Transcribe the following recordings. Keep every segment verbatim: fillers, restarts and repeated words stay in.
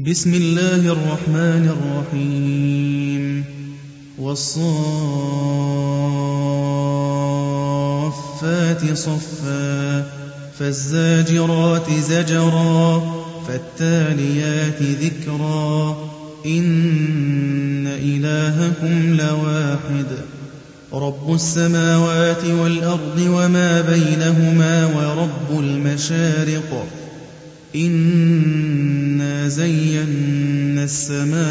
بسم الله الرحمن الرحيم والصافات صفا فالزاجرات زجرا فالتاليات ذكرا إن إلهكم لواحد رب السماوات والأرض وما بينهما ورب المشارق إنا زينا السماء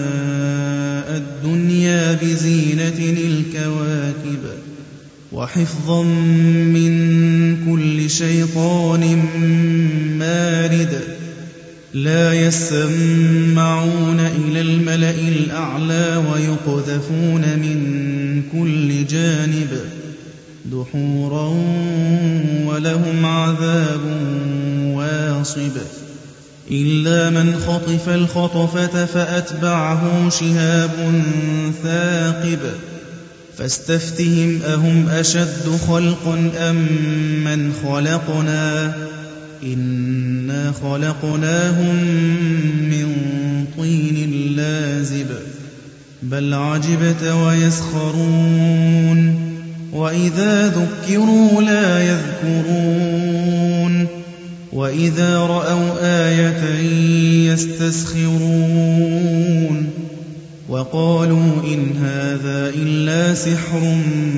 الدنيا بزينة الكواكب وحفظا من كل شيطان مارد لا يسمعون إلى الملأ الأعلى ويقذفون من كل جانب دحورا ولهم عذاب واصب إلا من خطف الخطفة فأتبعه شهاب ثاقب فاستفتهم أهم أشد خلقا أم من خلقنا إنا خلقناهم من طين لازب بل عجبت ويسخرون وإذا ذكروا لا يذكرون وإذا رأوا آية يستسخرون وقالوا إن هذا إلا سحر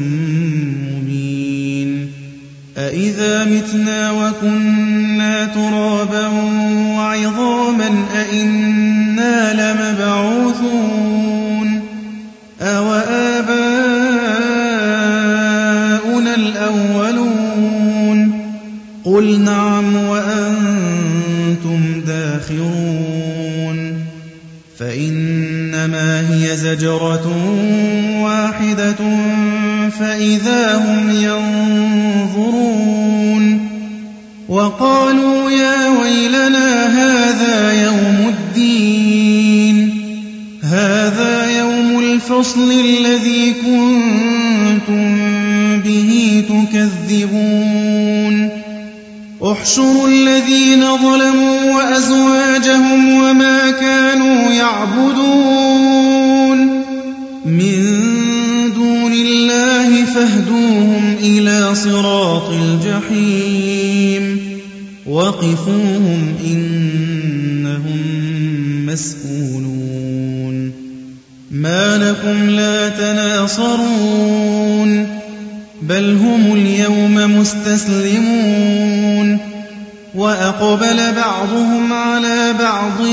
مبين أإذا متنا وكنا ترابا وعظاما أإنا لمبعوثون أوآباؤنا الأولون قل نعم وأنتم داخرون فإنما هي زجرة واحدة فإذا هم ينظرون وقالوا يا ويلنا هذا يوم الدين هذا يوم الفصل الذي كنتم به تكذبون احشروا الذين ظلموا وأزواجهم وما كانوا يعبدون من دون الله فاهدوهم إلى صراط الجحيم وقفوهم إنهم مسئولون ما لكم لا تناصرون بل هم اليوم مستسلمون وأقبل بعضهم على بعض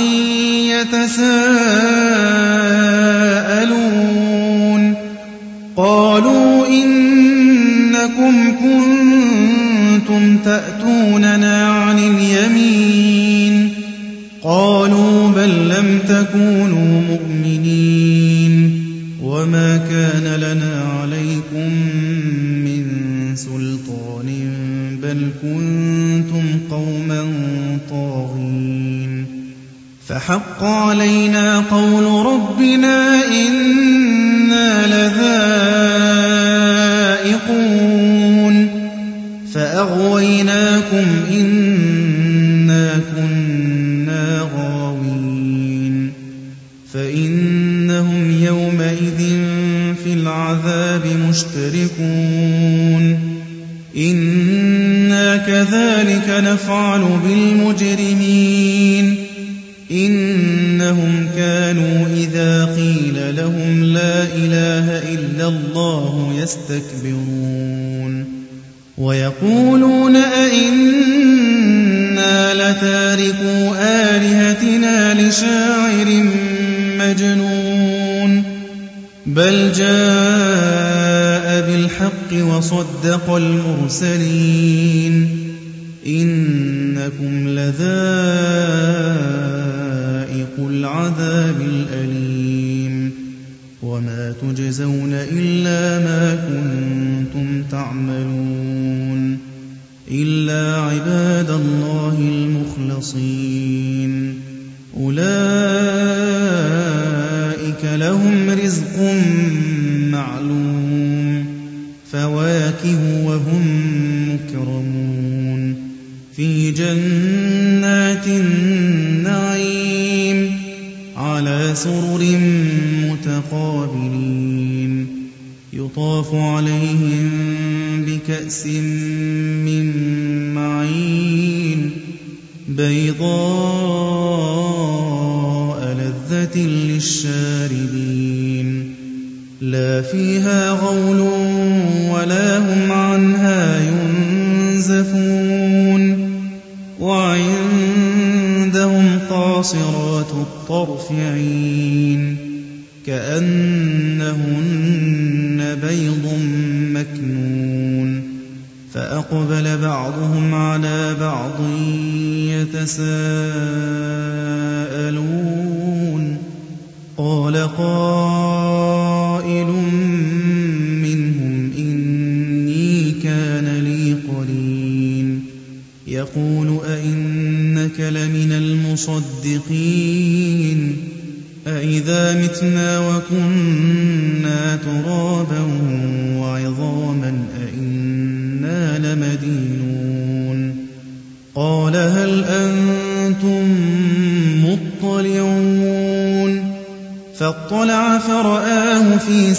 يتساءلون قالوا إنكم كنتم تأتوننا عن اليمين قالوا بل لم تكونوا مؤمنين وما كان لنا عليكم من سلطان بل كنتم قوما طاغين فحق علينا قول ربنا إنا لذائقون فأغويناكم إنا كنا غاوين فإنهم يومئذ في العذاب مشتركون إنا كذلك نفعل بالمجرمين إنهم كانوا إذا قيل لهم لا إله إلا الله يستكبرون ويقولون أئنا لتاركو آلهتنا لشاعر مجنون بل جاء بالحق وصدق المرسلين إنكم لذائقو العذاب الأليم وما تجزون إلا ما كنتم تعملون إلا عباد الله المخلصين أولئك لهم رزق معلوم فواكه وهم مكرمون في جنات النعيم على سرر متقابلين يطاف عليهم بكأس من معين بيضاء لذة للشاربين لا فيها غول ولا هم عنها ينزفون وعندهم قاصرات الطرف عين كأنهن بيض مكنون فأقبل بعضهم على بعض يتساءلون قال قائل منهم إني كان لي قرين يقول أئنك لمن المصدقين أئذا متنا وكنا ترابا وعظاما أئنا لمدينون قال هل أنتم مطلعون فاطلع فرآه في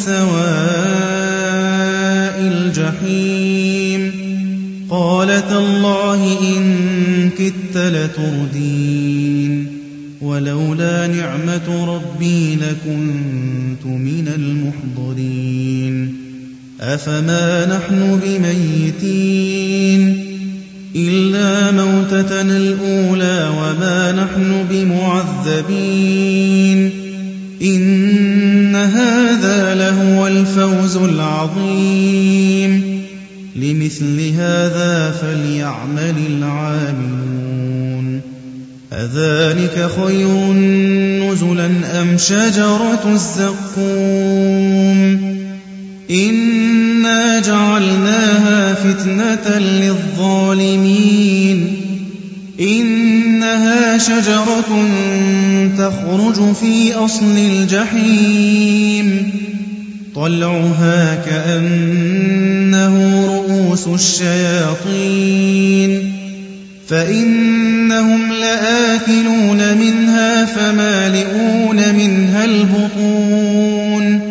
سواء الجحيم قال تالله إن كدت لتردين ولولا نعمة ربي لكنت من المحضرين أفما نحن بميتين إلا موتتنا الأولى وما نحن بمعذبين إن هذا لهو الفوز العظيم لمثل هذا فليعمل العاملون أذلك خير نزلا أم شجرة الزقوم إنا جعلناها فتنة للظالمين إنها شجرة تخرج في أصل الجحيم طلعها كأنه رؤوس الشياطين فإنهم لآكلون منها فمالئون منها البطون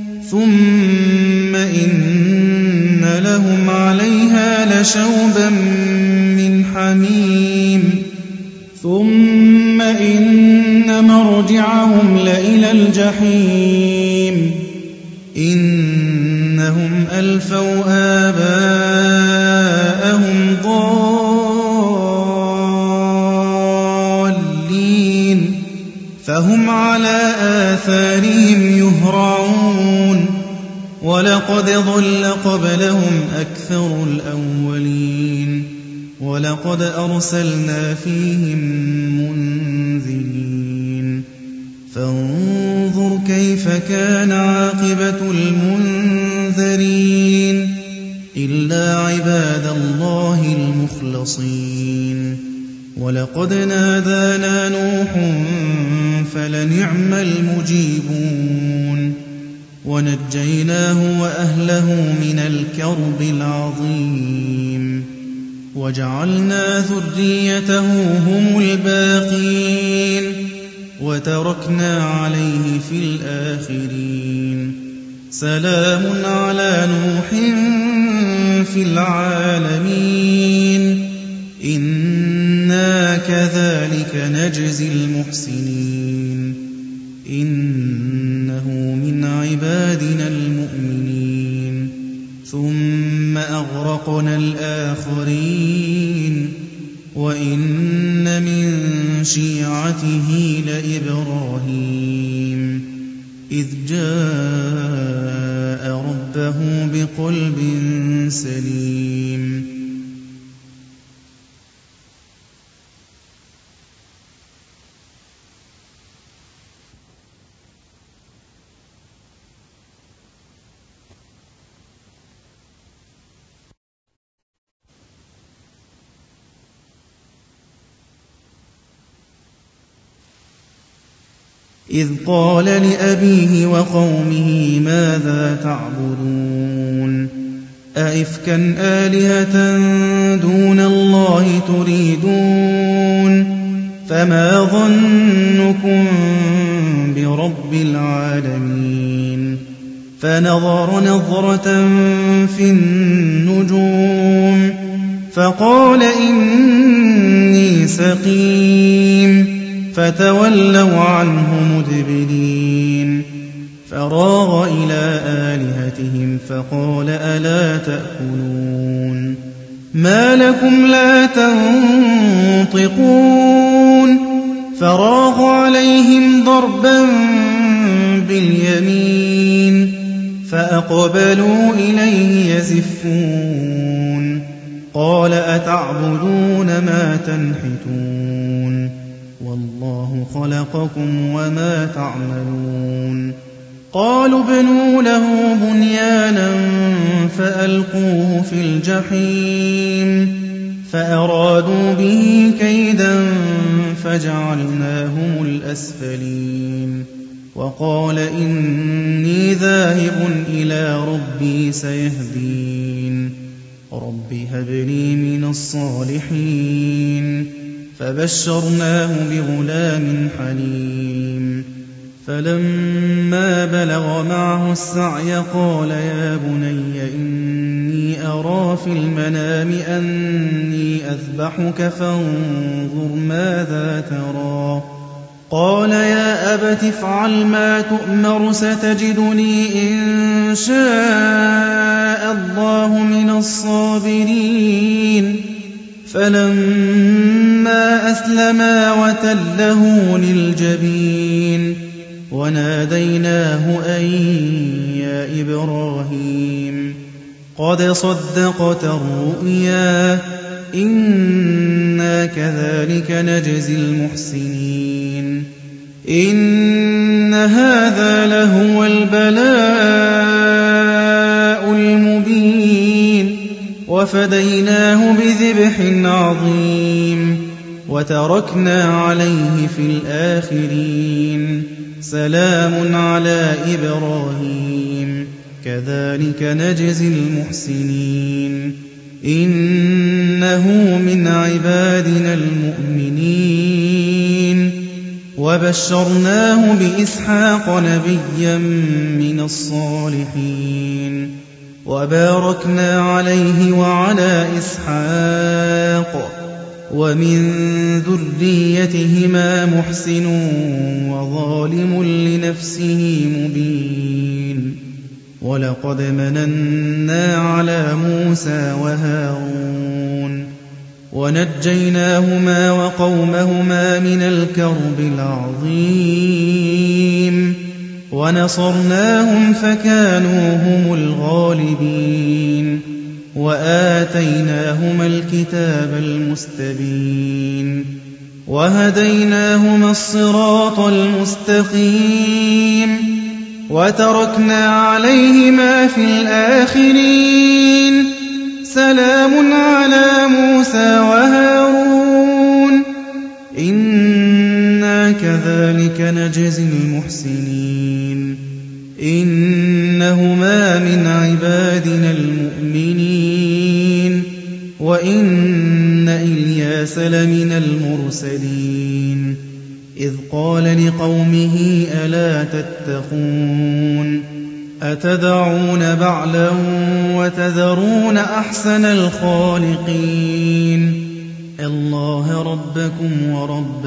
ثم إن لهم عليها لشوبا من حميم ثم إن مرجعهم لإلى الجحيم إنهم ألفوا آباءهم ضالين فهم على آثارهم يهرعون ولقد ضل قبلهم أكثر الأولين ولقد أرسلنا فيهم منذرين فانظر كيف كان عاقبة المنذرين إلا عباد الله المخلصين ولقد نادانا نوح فلنعم المجيبون ونجيناه وأهله من الكرب العظيم وجعلنا ذريته هم الباقين وتركنا عليه في الآخرين سلام على نوح في العالمين إنا كذلك نجزي المحسنين إنه من عبادنا المؤمنين ثم أغرقنا الآخرين وإن من شيعته لإبراهيم إذ جاء ربه بقلب سليم إذ قال لأبيه وقومه ماذا تعبدون أئفكا آلهة دون الله تريدون فما ظنكم رب العالمين. فنظر نظرة في النجوم فقال إني سقيم، فتولوا عنه مدبرين. فراغ إلى آلهتهم فقال ألا تأكلون ما لكم لا تنطقون. فراغ عليهم ضربا باليمين فأقبلوا إليه يزفون. قال أتعبدون ما تنحتون والله خلقكم وما تعملون. قالوا ابنوا له بنيانا فألقوه في الجحيم فأرادوا به كيدا فجعلناهم الأسفلين. وقال إني ذاهب إلى ربي سيهدين. رب هب لي من الصالحين. فبشرناه بغلام حليم. فلما بلغ معه السعي قال يا بني إني أرى في المنام أني أذبحك فانظر ماذا ترى. قال يا أبت افعل ما تؤمر ستجدني إن شاء الله من الصابرين. فلما أسلما وتله للجبين وناديناه أن يا إبراهيم قد صدقت الرؤيا إنا كذلك نجزي المحسنين. إن هذا لهو البلاء المبين. وفديناه بذبح عظيم وتركنا عليه في الآخرين. سلام على إبراهيم كذلك نجزي المحسنين. إنه من عبادنا المؤمنين. وبشرناه بإسحاق نبيا من الصالحين. وباركنا عليه وعلى إسحاق ومن ذريتهما محسن وظالم لنفسه مبين. ولقد مننا على موسى وهارون ونجيناهما وقومهما من الكرب العظيم. ونصرناهم فكانوا هم الغالبين. وآتيناهما الكتاب المستبين. وهديناهما الصراط المستقيم. وتركنا عليهما في الآخرين. سلام على موسى وهارون إنا كذلك نجزي المحسنين. إنهما من عبادنا المؤمنين. وإن إلياس لمن المرسلين. إذ قال لقومه ألا تتقون أتدعون بعلا وتذرون أحسن الخالقين الله ربكم ورب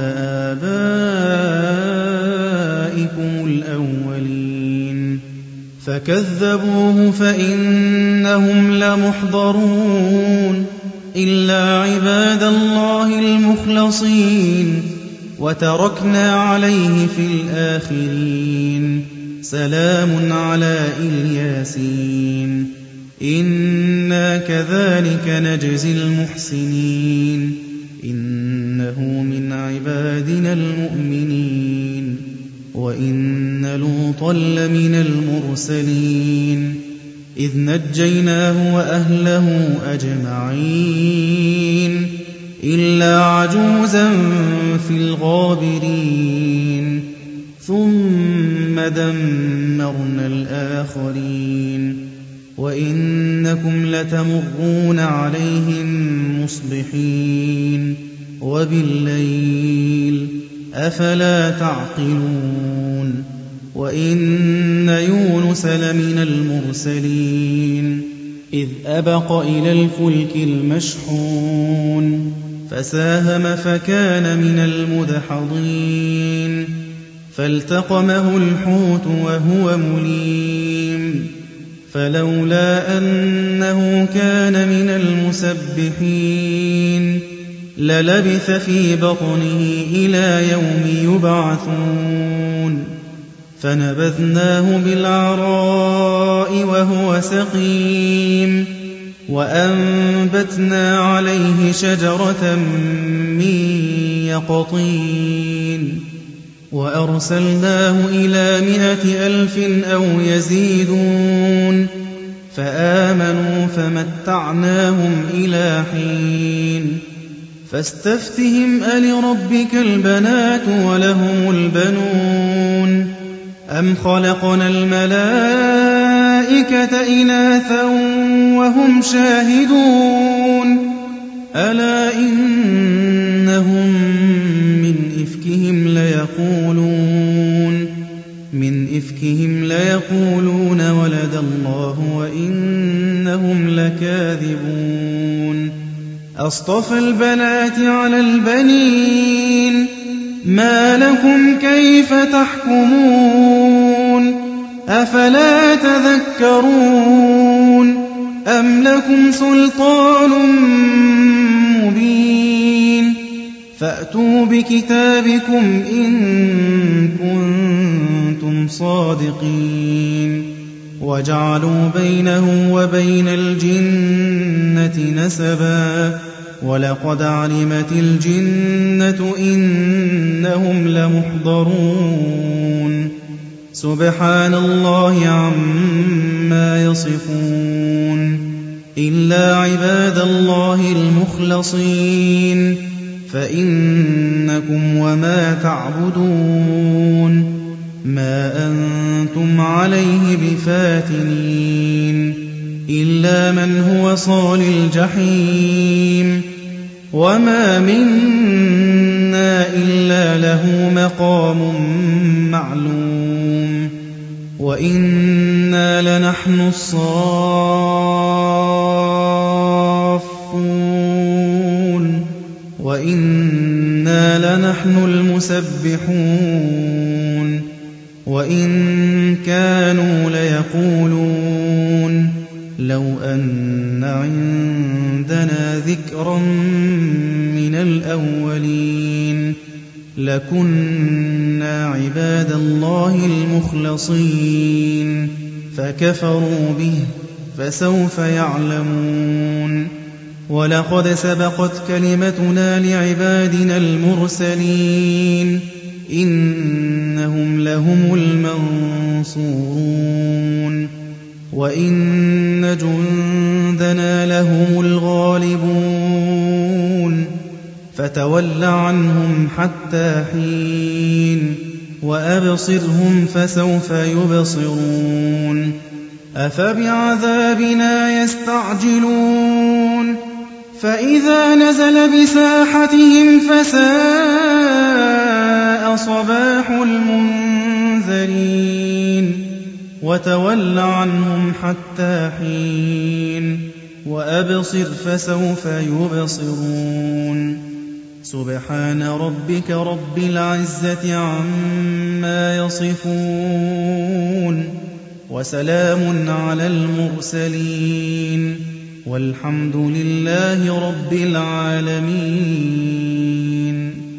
آبائكم الأولين. فكذبوه فإنهم لمحضرون إلا عباد الله المخلصين. وتركنا عليه في الآخرين. سلام على الياسين إنا كذلك نجزي المحسنين. إنه من عبادنا المؤمنين. وإن لوطا لمن المرسلين إذ نجيناه وأهله أجمعين إلا عجوزا في الغابرين. ثم دمرنا الآخرين. وإنكم لتمرون عليهم مصبحين وبالليل أفلا تعقلون وإن يونس لمن المرسلين إذ أبق إلى الفلك المشحون فساهم فكان من المدحضين فالتقمه الحوت وهو مليم فلولا أنه كان من المسبحين للبث في بطنه إلى يوم يبعثون فنبذناه بالعراء وهو سقيم وأنبتنا عليه شجرة من يقطين وأرسلناه إلى مائة ألف أو يزيدون فآمنوا فمتعناهم إلى حين فاستفتهم ألربك البنات ولهم البنون أم خلقنا الملائكة إناثا وهم شاهدون ألا إنهم من إفكهم ليقولون من إفكهم ليقولون ولد الله وإنهم لكاذبون أصطفى البنات على البنين ما لكم كيف تحكمون أفلا تذكرون أم لكم سلطان مبين فأتوا بكتابكم إن كنتم صادقين وجعلوا بينه وبين الجنة نسبا ولقد علمت الجنة إنهم لمحضرون سبحان الله عما يصفون إلا عباد الله المخلصين فإنكم وما تعبدون ما أنتم عليه بفاتنين إلا من هو صال الجحيم وما منا إلا له مقام معلوم وإنا لنحن الصافون وإنا لنحن المسبحون وإن كانوا ليقولون لو أن عندنا ذكرا من الأولين لكنا عباد الله المخلصين فكفروا به فسوف يعلمون ولقد سبقت كلمتنا لعبادنا المرسلين إنهم لهم المنصورون وإن جندنا لهم الغالبون فتول عنهم حتى حين وأبصرهم فسوف يبصرون أفبعذابنا يستعجلون فإذا نزل بساحتهم فساء صباح المنذرين وتول عنهم حتى حين وأبصر فسوف يبصرون سبحان ربك رب العزة عما يصفون وسلام على المرسلين والحمد لله رب العالمين.